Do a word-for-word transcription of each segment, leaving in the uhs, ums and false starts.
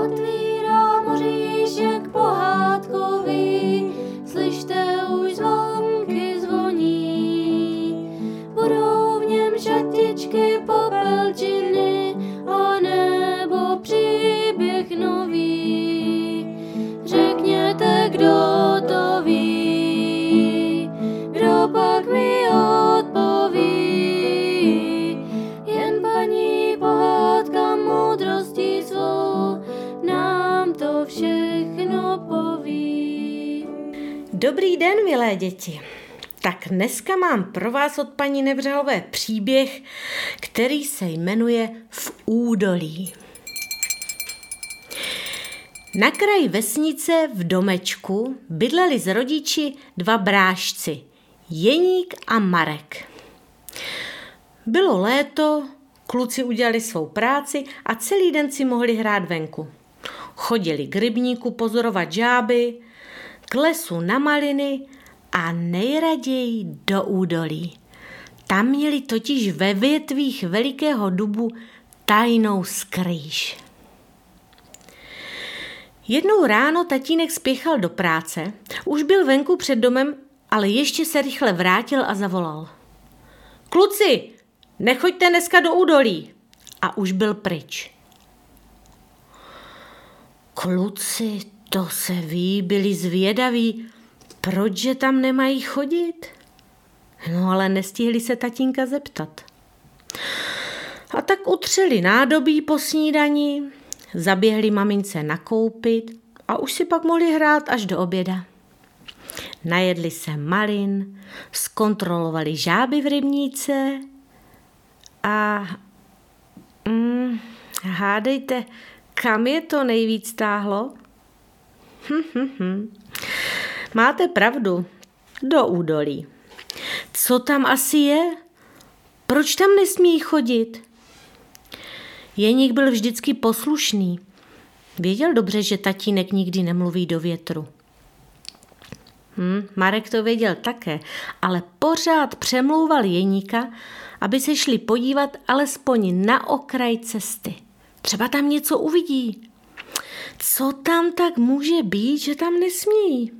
otvírá moříšek pohádkový, slyšte už zvonky zvoní. Budou v něm šatičky, popelčiny a nebo příběh nový. Řekněte, kdo to ví, kdo pak mi odpoví. Jen paní pohádka moudrostí svou nám to všechno poví. Dobrý den, milé děti. Tak dneska mám pro vás od paní Nevřelové příběh, který se jmenuje V údolí. Na kraji vesnice v domečku bydleli s rodiči dva brášci, Jeník a Marek. Bylo léto, kluci udělali svou práci a celý den si mohli hrát venku. Chodili k rybníku pozorovat žáby, k lesu na maliny a nejraději do údolí. Tam měli totiž ve větvích velikého dubu tajnou skrýš. Jednou ráno tatínek spěchal do práce, už byl venku před domem, ale ještě se rychle vrátil a zavolal. Kluci, nechoďte dneska do údolí. A už byl pryč. Kluci, to se ví, byli zvědaví, pročže tam nemají chodit? No ale nestihli se tatínka zeptat. A tak utřeli nádobí po snídani, zaběhli mamince nakoupit a už si pak mohli hrát až do oběda. Najedli se malin, zkontrolovali žáby v rybníce a mm, hádejte, kam je to nejvíc táhlo? Hm, hm, hm. Máte pravdu, do údolí. Co tam asi je? Proč tam nesmí chodit? Jeník byl vždycky poslušný. Věděl dobře, že tatínek nikdy nemluví do větru. Hm, Marek to věděl také, ale pořád přemlouval Jeníka, aby se šli podívat alespoň na okraj cesty. Třeba tam něco uvidí. Co tam tak může být, že tam nesmí?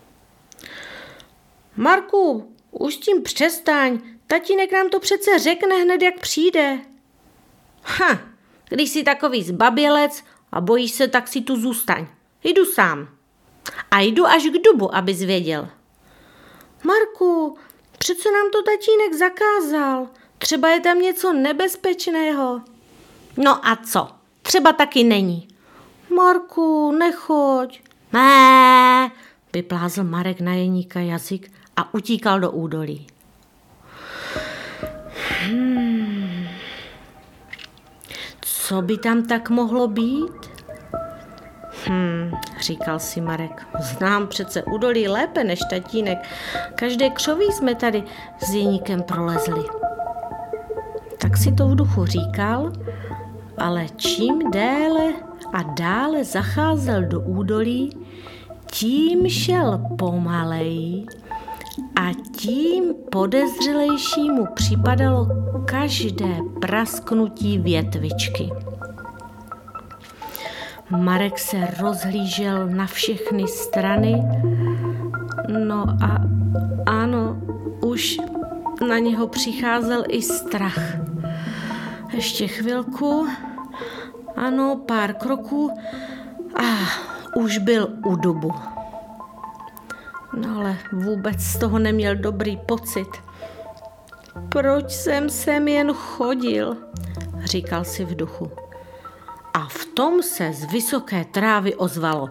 Marku, už s tím přestaň, tatínek nám to přece řekne hned, jak přijde. Ha, když jsi takový zbabělec a bojíš se, tak si tu zůstaň. Jdu sám. A jdu až k dubu, abys věděl. Marku, přece nám to tatínek zakázal. Třeba je tam něco nebezpečného. No a co? Třeba taky není. Marku, nechoď. Mé, vyplázl Marek na Jeníka jazyk a utíkal do údolí. Hmm. Co by tam tak mohlo být? Hm, říkal si Marek, znám přece údolí lépe než tatínek. Každé křoví jsme tady s Jeníkem prolezli. Tak si to v duchu říkal, ale čím déle a dále zacházel do údolí, tím šel pomaleji a tím podezřelejší mu připadalo každé prasknutí větvičky. Marek se rozhlížel na všechny strany, no a ano, už na něho přicházel i strach. Ještě chvilku, ano, pár kroků a už byl u dubu. No ale vůbec z toho neměl dobrý pocit. Proč jsem sem jen chodil, říkal si v duchu. A v tom se z vysoké trávy ozvalo.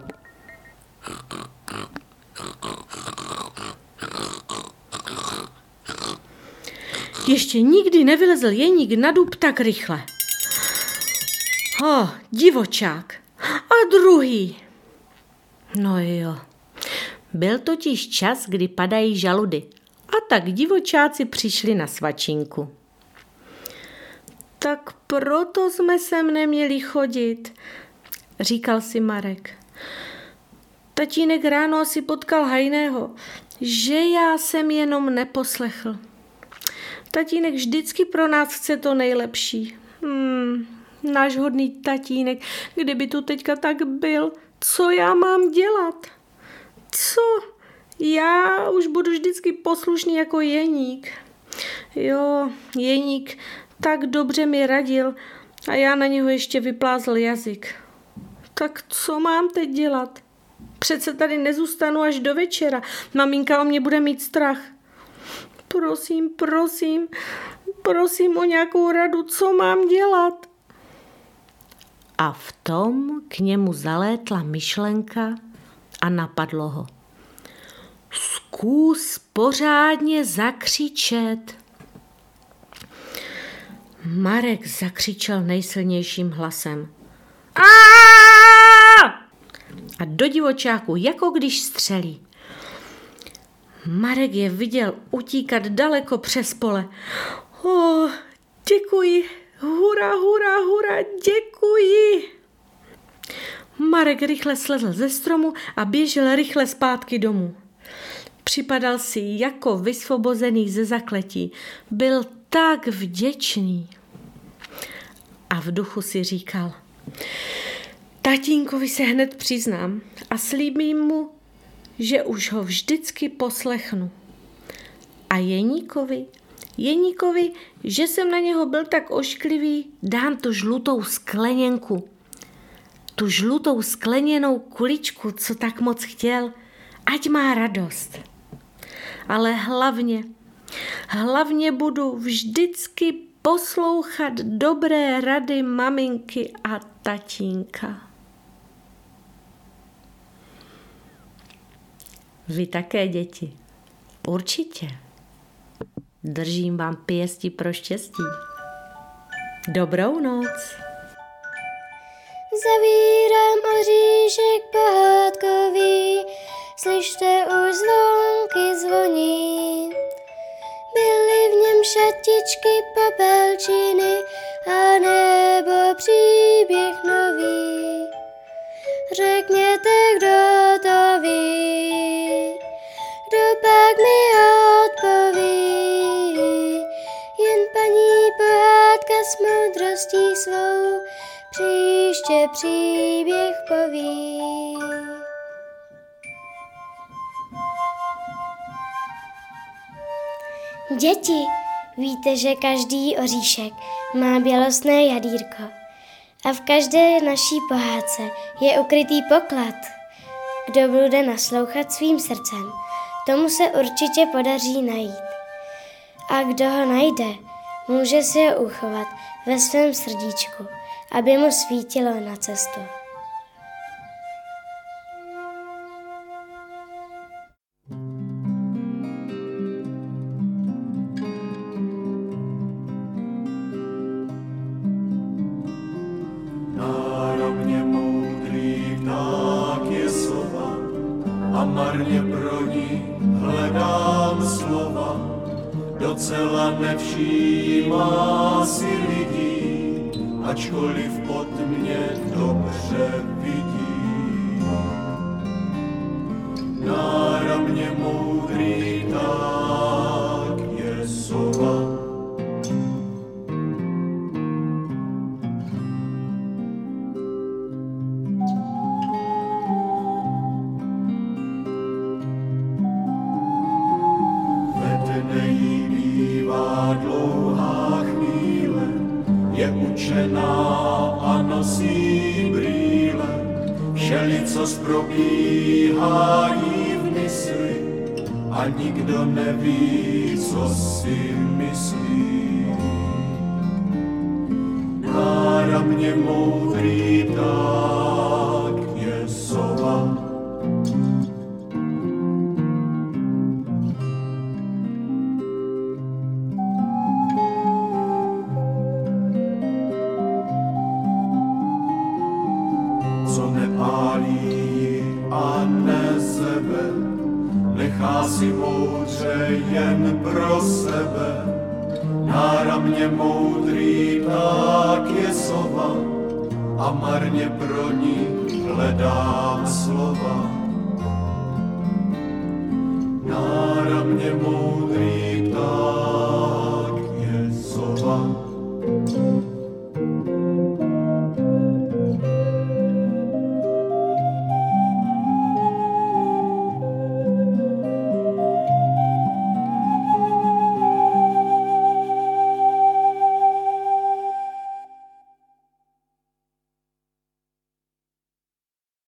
Ještě nikdy nevylezl Jeník na dub tak rychle. Ho, divočák. A druhý. No jo. Byl totiž čas, kdy padají žaludy. A tak divočáci přišli na svačinku. Tak proto jsme sem neměli chodit, říkal si Marek. Tatínek ráno asi potkal hajného, že já jsem jenom neposlechl. Tatínek vždycky pro nás chce to nejlepší. Hmm, náš hodný tatínek, kdyby tu teďka tak byl, co já mám dělat? Co? Já už budu vždycky poslušný jako Jeník. Jo, Jeník tak dobře mi radil a já na něho ještě vyplázl jazyk. Tak co mám teď dělat? Přece tady nezůstanu až do večera. Maminka o mě bude mít strach. Prosím, prosím, prosím o nějakou radu, co mám dělat? A v tom k němu zalétla myšlenka a napadlo ho. Zkus pořádně zakřičet. Marek zakřičel nejsilnějším hlasem. Aaaa! A do divočáku, jako když střelí. Marek je viděl utíkat daleko přes pole. Oh, děkuji, hurá, hurá, hurá, děkuji. Marek rychle slezl ze stromu a běžel rychle zpátky domů. Připadal si jako vysvobozený ze zakletí. Byl tak vděčný. A v duchu si říkal, tatínkovi se hned přiznám a slíbím mu, že už ho vždycky poslechnu. A Jeníkovi, Jeníkovi, že jsem na něho byl tak ošklivý, dám tu žlutou skleněnku. Tu žlutou skleněnou kuličku, co tak moc chtěl, ať má radost. Ale hlavně, hlavně budu vždycky poslouchat dobré rady maminky a tatínka. Vy také, děti. Určitě. Držím vám pěsti pro štěstí. Dobrou noc. Zavírám oříšek pohádkový, slyšte už zvonky zvoní. Byly v něm šatičky, popelčiny a nebo příběh nový. Řekněte, kdo to ví, kdo pak mi odpoví. Jen paní pohádka s moudrostí svou příště příběh poví. Děti, víte, že každý oříšek má bělostné jadírko a v každé naší pohádce je ukrytý poklad. Kdo bude naslouchat svým srdcem, tomu se určitě podaří najít. A kdo ho najde, může si ho uchovat ve svém srdíčku, aby mu svítilo na cestu. Náramně moudrý pták je sova a marně pro ní hledám slova. Docela nevšímá si lidí, ačkoliv pod mě dobře vidí. Náramně moudrý pták je sova. Dlouhá chvíle, je učená a nosí brýle. Všelicos probíhá jí v mysli a nikdo neví, co si myslí. Náramně moudrý pták je sova. Co nepálí a nezebe, nechá si moudře jen pro sebe. Náramně moudrý pták je sova a marně pro ní hledám slova. Náramně moudrý